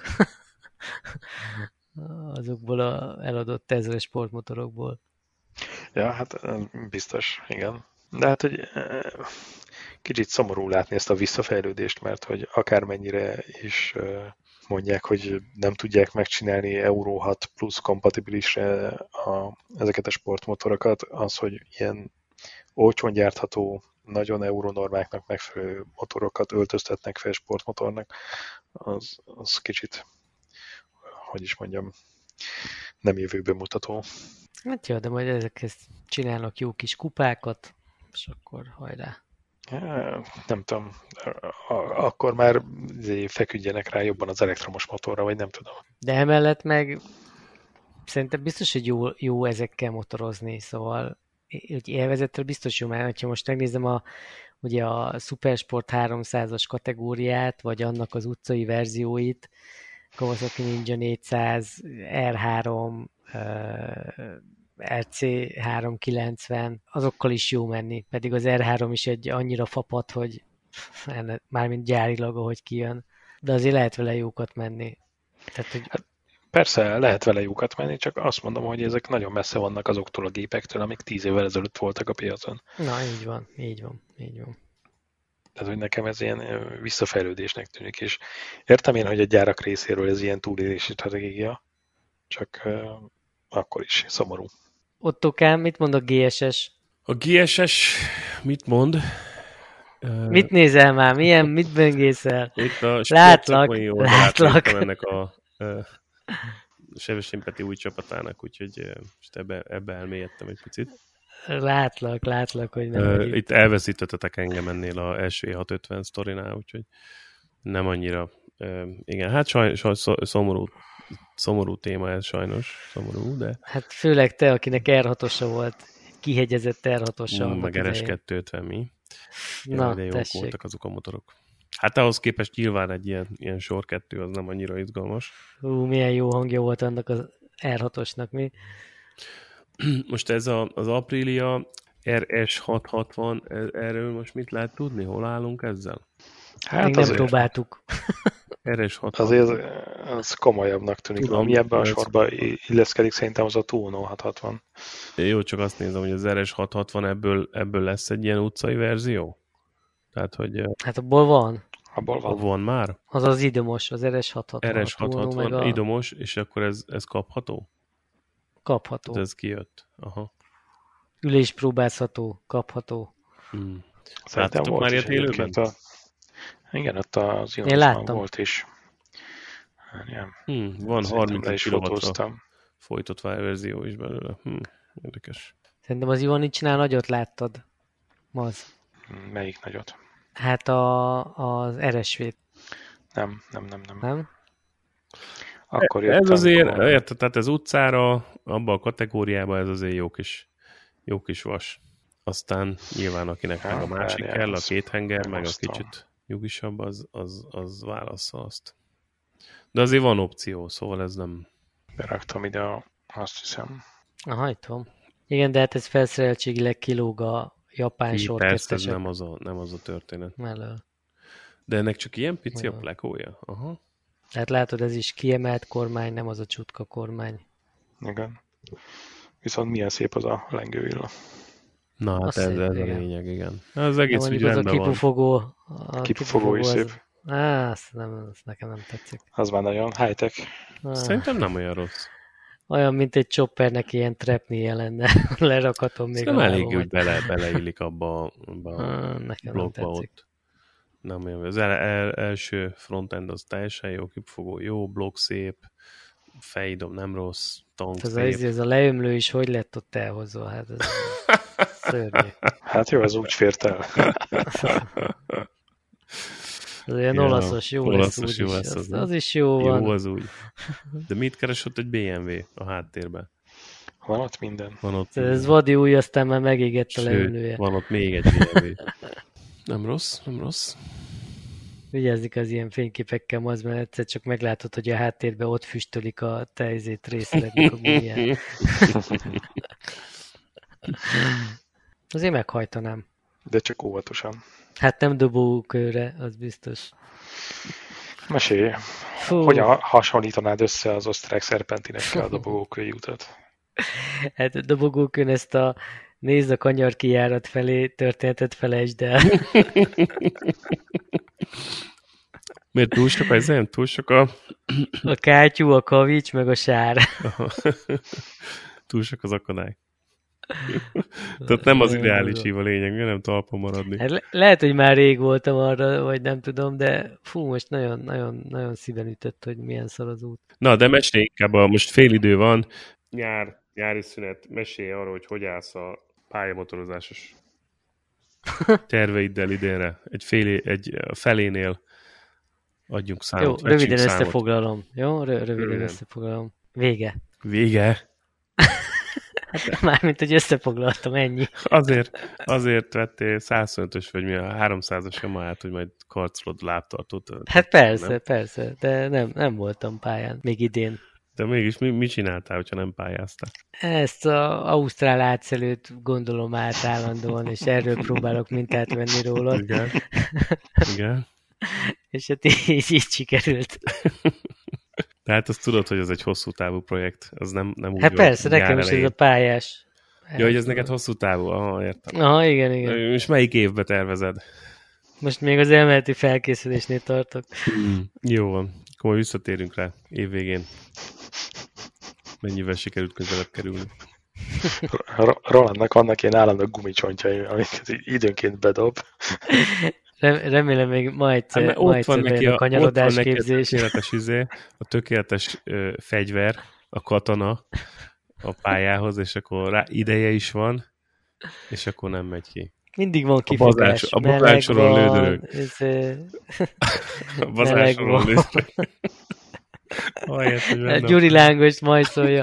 Speaker 3: Azokból a eladott ezres sportmotorokból.
Speaker 2: Ja, hát biztos, igen. De hát, hogy kicsit szomorú látni ezt a visszafejlődést, mert hogy akármennyire is mondják, hogy nem tudják megcsinálni Euro hat plusz kompatibilisre a, ezeket a sportmotorokat, az, hogy ilyen olcsón gyártható, nagyon euronormáknak megfelelő motorokat öltöztetnek fel sportmotornak, az, az kicsit, hogy is mondjam, nem jövőben mutató.
Speaker 3: Hát jó, de majd ezekhez csinálnak jó kis kupákat, és akkor hajrá.
Speaker 2: Nem tudom, akkor már feküdjenek rá jobban az elektromos motorra, vagy nem tudom.
Speaker 3: De emellett meg szerintem biztos, hogy jó, jó ezekkel motorozni, szóval hogy élvezettel biztos jó, mert ha most megnézem a, ugye a Supersport háromszázas kategóriát, vagy annak az utcai verzióit, Kawasaki Ninja négyszáz, er három, er cé háromszázkilencven, azokkal is jó menni, pedig az er három is egy annyira fapat, hogy mármint gyárilag, ahogy kijön, de azért lehet vele jókat menni. Tehát, hogy...
Speaker 2: hát persze, lehet vele jókat menni, csak azt mondom, hogy ezek nagyon messze vannak azoktól a gépektől, amik tíz évvel ezelőtt voltak a piacon.
Speaker 3: Na, így van, így van, így van.
Speaker 2: Tehát, hogy nekem ez ilyen visszafejlődésnek tűnik, és értem én, hogy a gyárak részéről ez ilyen túlélési stratégia, csak uh, akkor is szomorú.
Speaker 3: Ottokám, mit mond a gé es es?
Speaker 1: A gé es es mit mond?
Speaker 3: Mit nézel már? Milyen, mit böngészel?
Speaker 1: Itt a
Speaker 3: látlak, látlak.
Speaker 1: ennek a uh, Sebestyén Peti új csapatának, úgyhogy uh, most ebbe, ebbe elmélyedtem egy picit.
Speaker 3: Látlak, látlak, hogy nem.
Speaker 1: Uh, itt elveszítettetek engem ennél az első hatszázötven sztorinál, úgyhogy nem annyira. Uh, igen, hát saj, saj, szomorú, szomorú téma ez sajnos, szomorú, de...
Speaker 3: Hát főleg te, akinek er hatosa volt, kihegyezett er hatosa.
Speaker 1: Uh, meg er es kétszázötven mi.
Speaker 3: Na,
Speaker 1: ja, de jók
Speaker 3: tessék.
Speaker 1: voltak azok a motorok. Hát ahhoz képest nyilván egy ilyen, ilyen sor kettő az nem annyira izgalmas.
Speaker 3: Ú, milyen jó hangja volt annak az er hatosnak, mi?
Speaker 1: Most ez a, az Aprilia er es hatszázhatvan, erről most mit lehet tudni? Hol állunk ezzel?
Speaker 3: Hát még nem próbáltuk.
Speaker 1: er es hatszázhatvan.
Speaker 2: Azért az komolyabbnak tűnik. Tudom, ami ebben a sorban illeszkedik, szerintem az a Tuono hatszázhatvan.
Speaker 1: Jó, csak azt nézem, hogy az er es hatszázhatvan ebből, ebből lesz egy ilyen utcai verzió? Tehát, hogy...
Speaker 3: Hát abból van.
Speaker 2: Abból van.
Speaker 1: Van már?
Speaker 3: Az az idomos, az er es hatszázhatvan.
Speaker 1: er es hatszázhatvan, a... idomos, és akkor ez, ez kapható?
Speaker 3: Kapható.
Speaker 1: Hát ez kijött. Aha.
Speaker 3: Ülés próbázható, kapható.
Speaker 1: Hmm.
Speaker 2: Láttátok
Speaker 1: már ilyet élőben?
Speaker 2: A... Igen, ott az
Speaker 3: Inomosban
Speaker 2: volt is. Ja.
Speaker 1: Hmm, van harminc kilowattra folytott verzió is belőle. Hmm, érdekes.
Speaker 3: Szerintem az Ivanicsnál nagyot láttad. Maz.
Speaker 2: Melyik nagyot?
Speaker 3: Hát a, az er es vé-t.
Speaker 2: Nem, nem, nem, nem.
Speaker 3: Nem?
Speaker 2: Akkor
Speaker 1: ez
Speaker 2: jöttem,
Speaker 1: azért,
Speaker 2: amikor...
Speaker 1: érted, tehát ez utcára, abban a kategóriában ez azért jó kis, jó kis vas. Aztán nyilván akinek
Speaker 2: Ha,
Speaker 1: meg a másik
Speaker 2: várjál,
Speaker 1: kell, a
Speaker 2: azt
Speaker 1: két henger, meg a
Speaker 2: megosztom.
Speaker 1: kicsit nyugisabb, az, az, az válassza azt. De azért van opció, szóval ez nem...
Speaker 2: Beraktam ide a, azt hiszem.
Speaker 3: Aha, itt van. Igen, de hát ez felszereltségileg kilóg a japán
Speaker 1: Ki, persze, ez
Speaker 3: sorkettesek
Speaker 1: nem az, a, nem az a történet.
Speaker 3: mellől.
Speaker 1: De ennek csak ilyen pici a
Speaker 3: Ja.
Speaker 1: plekója? Aha.
Speaker 3: Tehát látod, ez is kiemelt kormány, nem az a csutka kormány.
Speaker 2: Igen. Viszont milyen szép az a lengővilla.
Speaker 1: Na, hát
Speaker 3: Az
Speaker 1: ez,
Speaker 3: szép,
Speaker 1: ez a
Speaker 3: igen.
Speaker 1: lényeg, igen. Az
Speaker 3: De
Speaker 1: egész úgy
Speaker 3: mondjuk az a
Speaker 1: rendben van.
Speaker 3: kipufogó... A
Speaker 2: Kipufogó is
Speaker 3: az-
Speaker 2: szép.
Speaker 3: Á, azt nem, azt nekem nem tetszik.
Speaker 2: Az már nagyon high-tech.
Speaker 3: Á,
Speaker 1: Szerintem nem olyan rossz.
Speaker 3: olyan, mint egy choppernek ilyen trepnie lenne. Lerakhatom még
Speaker 1: Szerintem
Speaker 3: a
Speaker 1: elég,
Speaker 3: lábamat.
Speaker 1: hogy bele, beleillik abba, abba a
Speaker 3: Á, nekem nem
Speaker 1: blokkba
Speaker 3: tetszik.
Speaker 1: ott. Nem olyan. Az el, el, első frontend az teljesen jó, kipufogó jó, blokk szép, fejidom nem rossz, tank
Speaker 3: Ez a,
Speaker 1: szép.
Speaker 3: ez a leömlő is hogy lett ott elhozva? Hát ez szörnyű.
Speaker 2: Hát jó, ez úgy fért el.
Speaker 3: Ez olyan
Speaker 1: Ja,
Speaker 3: olaszos, jó
Speaker 1: olaszos
Speaker 3: lesz úgy
Speaker 1: jó
Speaker 3: is.
Speaker 1: lesz
Speaker 3: Az,
Speaker 1: az,
Speaker 3: az is jó van.
Speaker 1: Jó az úgy. De mit keresett egy bé em vé a háttérben?
Speaker 2: Van ott minden.
Speaker 1: Van ott,
Speaker 3: Ez vadi új, aztán már megégett a
Speaker 1: sőt,
Speaker 3: leömlője.
Speaker 1: van ott még egy bé em vé. Nem rossz, nem rossz.
Speaker 3: Vigyázzik az ilyen fényképekkel, az, mert egyszer csak meglátod, hogy a háttérben ott füstölik a tejzét részletnek a gumiát. Azért meghajtanám.
Speaker 2: De csak óvatosan.
Speaker 3: Hát nem dobókőre, az biztos.
Speaker 2: Mesélj,
Speaker 3: Fú,
Speaker 2: hogyan hasonlítanád össze az osztrák szerpentinekkel a dobogókői utat?
Speaker 3: hát a dobogókön ezt a nézd a kanyar kijárat felé történetet felejtsd el.
Speaker 1: Miért túl sok az ilyen? Túl sok a...
Speaker 3: A kátyú, a kavics, meg a sár.
Speaker 1: Túl sok az akadály. Tehát nem az ideális hív a lényeg, nem talpon maradni.
Speaker 3: Hát le- lehet, hogy már rég voltam arra, vagy nem tudom, de fú, most nagyon, nagyon, nagyon szíven ütött, hogy milyen szar az út.
Speaker 1: Na, de mesélj inkább, a, most fél idő van, nyár, nyári szünet, mesélj arról, hogy hogy állsz a pályamotorozásos terveiddel idénre. Egy, fél, egy felénél adjunk számot.
Speaker 3: Jó,
Speaker 1: vegyünk
Speaker 3: röviden
Speaker 1: számot.
Speaker 3: összefoglalom. Jó, Rö- röviden
Speaker 1: Röviden.
Speaker 3: összefoglalom. Vége.
Speaker 1: Vége.
Speaker 3: Hát mármint, hogy összefoglaltam, ennyi.
Speaker 1: Azért, azért vettél százötös vagy mi a háromszázas Yamahát, hogy majd karcolod lábtartót.
Speaker 3: Hát persze,
Speaker 1: Nem?
Speaker 3: persze, de nem, nem voltam pályán, még idén.
Speaker 1: De mégis mi, mit csináltál, hogyha nem pályáztál?
Speaker 3: Ezt az ausztrál átszelőt gondolom át állandóan, és erről próbálok mintát venni róla.
Speaker 1: Igen. Igen.
Speaker 3: És hát így, így sikerült.
Speaker 1: Tehát azt tudod, hogy ez egy hosszú távú projekt. Az nem, nem úgy
Speaker 3: Hát
Speaker 1: van,
Speaker 3: persze,
Speaker 1: nyár
Speaker 3: nekem is ez
Speaker 1: elején.
Speaker 3: a pályás.
Speaker 1: Ja, hogy ez neked hosszú távú? Aha, értem.
Speaker 3: Aha, igen, igen.
Speaker 1: És melyik évbe tervezed?
Speaker 3: Most még az elméleti felkészülésnél tartok.
Speaker 1: Jó van. Akkor majd visszatérünk rá év végén. Mennyivel sikerült közelebb kerülni.
Speaker 2: Ro- Rolandnak vannak ilyen állandó gumicsontjai, amiket így időnként bedob.
Speaker 3: Rem- Remélem még ma egyszer,
Speaker 1: Hát,
Speaker 3: ma
Speaker 1: ott
Speaker 3: egyszer
Speaker 1: van neki
Speaker 3: bejön
Speaker 1: a,
Speaker 3: a kanyarodás
Speaker 1: ott van neki a
Speaker 3: képzés.
Speaker 1: tökéletes, izé, a tökéletes ö, fegyver, a katona a pályához, és akkor rá ideje is van, és akkor nem megy ki.
Speaker 3: Mindig van
Speaker 1: bazás-
Speaker 3: kifogás.
Speaker 1: a
Speaker 3: Meleg
Speaker 1: bazásoron
Speaker 3: van,
Speaker 1: lődörög.
Speaker 3: ez, ö,
Speaker 1: A bazásoron
Speaker 3: van.
Speaker 1: lősznek. Ahelyett, hogy benne-
Speaker 3: Gyuri Lángost majd szólja.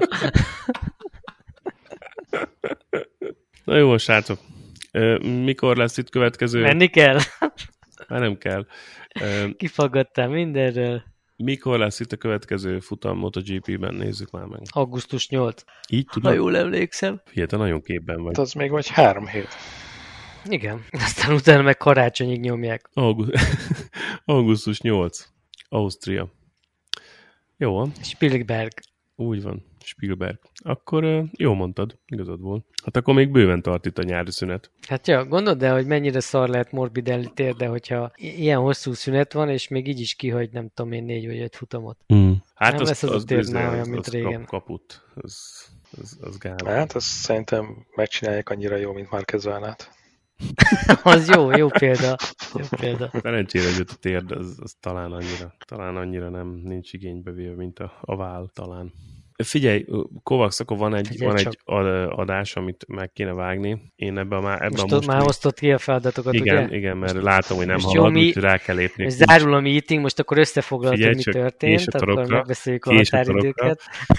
Speaker 1: Na jó, srácok. Ö, Mikor lesz itt következő?
Speaker 3: Menni kell?
Speaker 1: Már nem kell. Ö,
Speaker 3: Kifaggadtál mindenről.
Speaker 1: Mikor lesz itt a következő futam MotoGP-ben? Nézzük már meg.
Speaker 3: augusztus nyolcadika.
Speaker 1: Így
Speaker 3: Ha
Speaker 1: tudod?
Speaker 3: jól emlékszem.
Speaker 1: Figyelj, te nagyon képben vagy.
Speaker 2: Hát az még vagy három hét.
Speaker 3: Igen. Aztán utána meg karácsonyig nyomják.
Speaker 1: Augu- augusztus nyolcadika. Ausztria. Jó van.
Speaker 3: Spielberg.
Speaker 1: Úgy van. Spielberg. Akkor ö, jó mondtad. Igazad volt. Hát akkor még bőven tart itt a nyári szünet.
Speaker 3: Hát ja, gondold el, hogy mennyire szar lehet Morbidelli térde, hogyha i- ilyen hosszú szünet van, és még így is kihagy, nem tudom én, négy vagy öt futamot.
Speaker 1: Mm. Hát
Speaker 3: Nem
Speaker 1: az,
Speaker 3: lesz az a
Speaker 1: az,
Speaker 3: tér
Speaker 1: bizony,
Speaker 3: már olyan,
Speaker 1: az,
Speaker 3: mint
Speaker 1: az
Speaker 3: régen.
Speaker 1: Kap, kaput. Az, az, az gál.
Speaker 2: Hát azt szerintem megcsinálják annyira jó, mint Márquez Vánát.
Speaker 3: Az jó, jó példa. Jó példa.
Speaker 1: Szerencsére jött a térd, az, az talán annyira, talán annyira nem nincs igénybe véve, mint a, a vál, talán. Figyelj, Kovacs, akkor van egy,
Speaker 3: Figyelj
Speaker 1: van
Speaker 3: csak.
Speaker 1: egy ad- adás, amit meg kéne vágni. Én ebben már... Ebben
Speaker 3: Most,
Speaker 1: most
Speaker 3: már
Speaker 1: még-
Speaker 3: osztott ki a feladatokat,
Speaker 1: Igen,
Speaker 3: ugye?
Speaker 1: igen, mert látom, hogy nem
Speaker 3: most jó,
Speaker 1: halad,
Speaker 3: mi-
Speaker 1: úgyhogy rá kell lépni.
Speaker 3: És zárul a meeting, most akkor összefoglalod,
Speaker 1: Figyelj
Speaker 3: hogy mi
Speaker 1: csak,
Speaker 3: történt,
Speaker 1: kés a
Speaker 3: akkor
Speaker 1: torokra,
Speaker 3: megbeszéljük a
Speaker 1: kés a
Speaker 3: határidőket.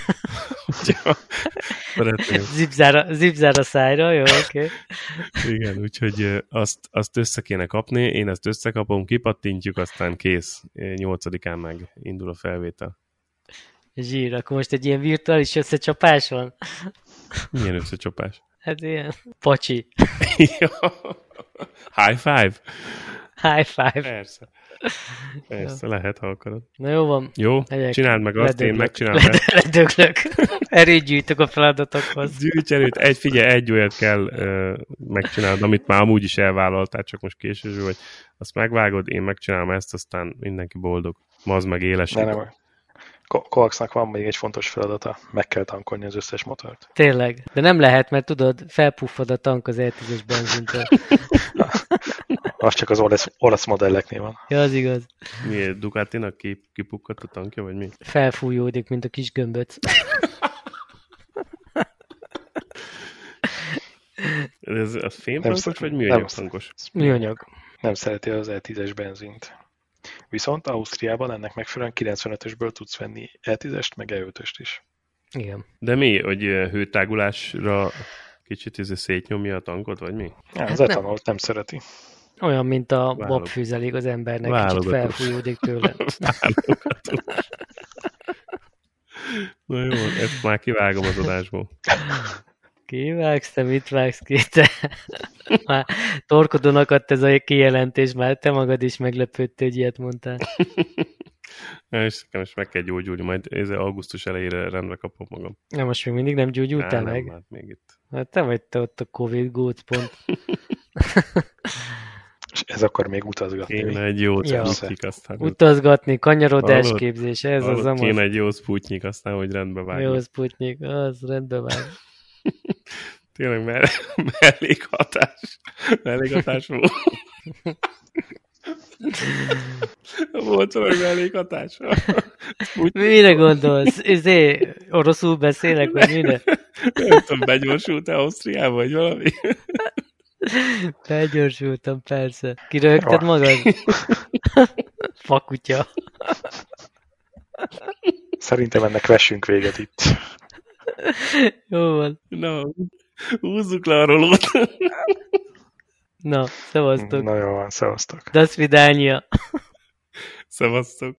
Speaker 1: Szeretném.
Speaker 3: Zipzár, zipzár a szájra, jó, oké. Okay.
Speaker 1: Igen, úgyhogy ö, azt, azt össze kéne kapni, én ezt összekapom, kipattintjuk, aztán kész. nyolcadikán meg indul a felvétel.
Speaker 3: Zsír, akkor most egy ilyen virtuális összecsapás van?
Speaker 1: Milyen összecsapás?
Speaker 3: Hát ilyen pacsi.
Speaker 1: High five?
Speaker 3: High five.
Speaker 1: Persze. Persze, lehet, ha akarod.
Speaker 3: Na jó van.
Speaker 1: Jó,
Speaker 3: Megyek.
Speaker 1: csináld meg azt, én
Speaker 3: Ledöglök.
Speaker 1: megcsinálom
Speaker 3: Led-
Speaker 1: ezt.
Speaker 3: Ledöglök. Erőt gyűjtök a feladatokhoz.
Speaker 1: Gyűjts erőt, egy, figyelj, egy olyat kell uh, megcsinálnod, amit már amúgy is elvállaltál, csak most később vagy. Azt megvágod, én megcsinálom ezt, aztán mindenki boldog. Ma az meg élesít.
Speaker 2: De nem. Ko- Kovacsnak van még egy fontos feladata. Meg kell tankolni az összes motort.
Speaker 3: Tényleg. De nem lehet, mert tudod, felpuffad a tank az E tízes benzintől.
Speaker 2: Az csak az olasz, olasz modelleknél van.
Speaker 3: Ja, az igaz.
Speaker 1: Mi, Ducatinak kip, kipukkadt a tankja, vagy mi?
Speaker 3: Felfújódik, mint a kis gömböc.
Speaker 1: Ez a fémtankos,
Speaker 2: Nem
Speaker 1: vagy
Speaker 2: nem
Speaker 1: műanyag
Speaker 2: szok-
Speaker 1: tankos?
Speaker 3: Műanyag.
Speaker 2: Nem szereti az E tízes benzint. Viszont Ausztriában ennek megfelelően kilencvenötösből tudsz venni E tízest, meg E ötöst is.
Speaker 3: Igen.
Speaker 1: De mi, hogy ö, hőtágulásra kicsit ez szétnyomja a tankot, vagy mi?
Speaker 2: Ja, az
Speaker 3: Hát nem.
Speaker 2: etanolt nem szereti.
Speaker 3: Olyan, mint a
Speaker 1: Válog-
Speaker 3: babfűzelék az embernek. Kicsit
Speaker 1: Válogatós.
Speaker 3: felfújódik tőle.
Speaker 1: Válogatós. Na jó, ezt már kivágom az adásból.
Speaker 3: Kivágsz, te mit vágsz ki? Te? Már torkodon akadt ez a kijelentés, már te magad is meglepődtél, hogy ilyet mondtál.
Speaker 1: Ja, és nekem is meg kell gyógyulni, majd ez augusztus elejére rendbe kapom magam.
Speaker 3: Na most még mindig nem gyógyultál
Speaker 1: Á,
Speaker 3: meg?
Speaker 1: Nem, hát még itt.
Speaker 3: Hát te vagy te ott a Covid góc pont.
Speaker 2: És ez akkor még utazgatni.
Speaker 1: Kéne
Speaker 2: mi?
Speaker 1: egy jó
Speaker 3: Ja.
Speaker 1: Sputnik, aztán...
Speaker 3: Utazgatni, kanyarodás
Speaker 1: Hallod?
Speaker 3: képzés, ez az
Speaker 1: Hallod,
Speaker 3: amaz.
Speaker 1: kéne egy jó Sputnik, aztán hogy rendbe vágjuk.
Speaker 3: Jó Sputnik, az rendben vág.
Speaker 1: Tényleg mell mellékhatás. Mellékhatás volt. Volt valami mellékhatás.
Speaker 3: Mire gondolsz? Izé, oroszul beszélek, vagy mire?
Speaker 1: Nem tudom, begyorsult-e Ausztriába, vagy valami?
Speaker 3: Felgyorsultam, persze. Kirögted magad? Fakutya.
Speaker 2: Szerintem ennek vessünk véget itt.
Speaker 3: Jó van.
Speaker 1: Na, húzzuk le a rolót.
Speaker 3: Na, szevasztok.
Speaker 2: Na jó van, szevasztok.
Speaker 3: Das vidania.
Speaker 1: Szevasztok.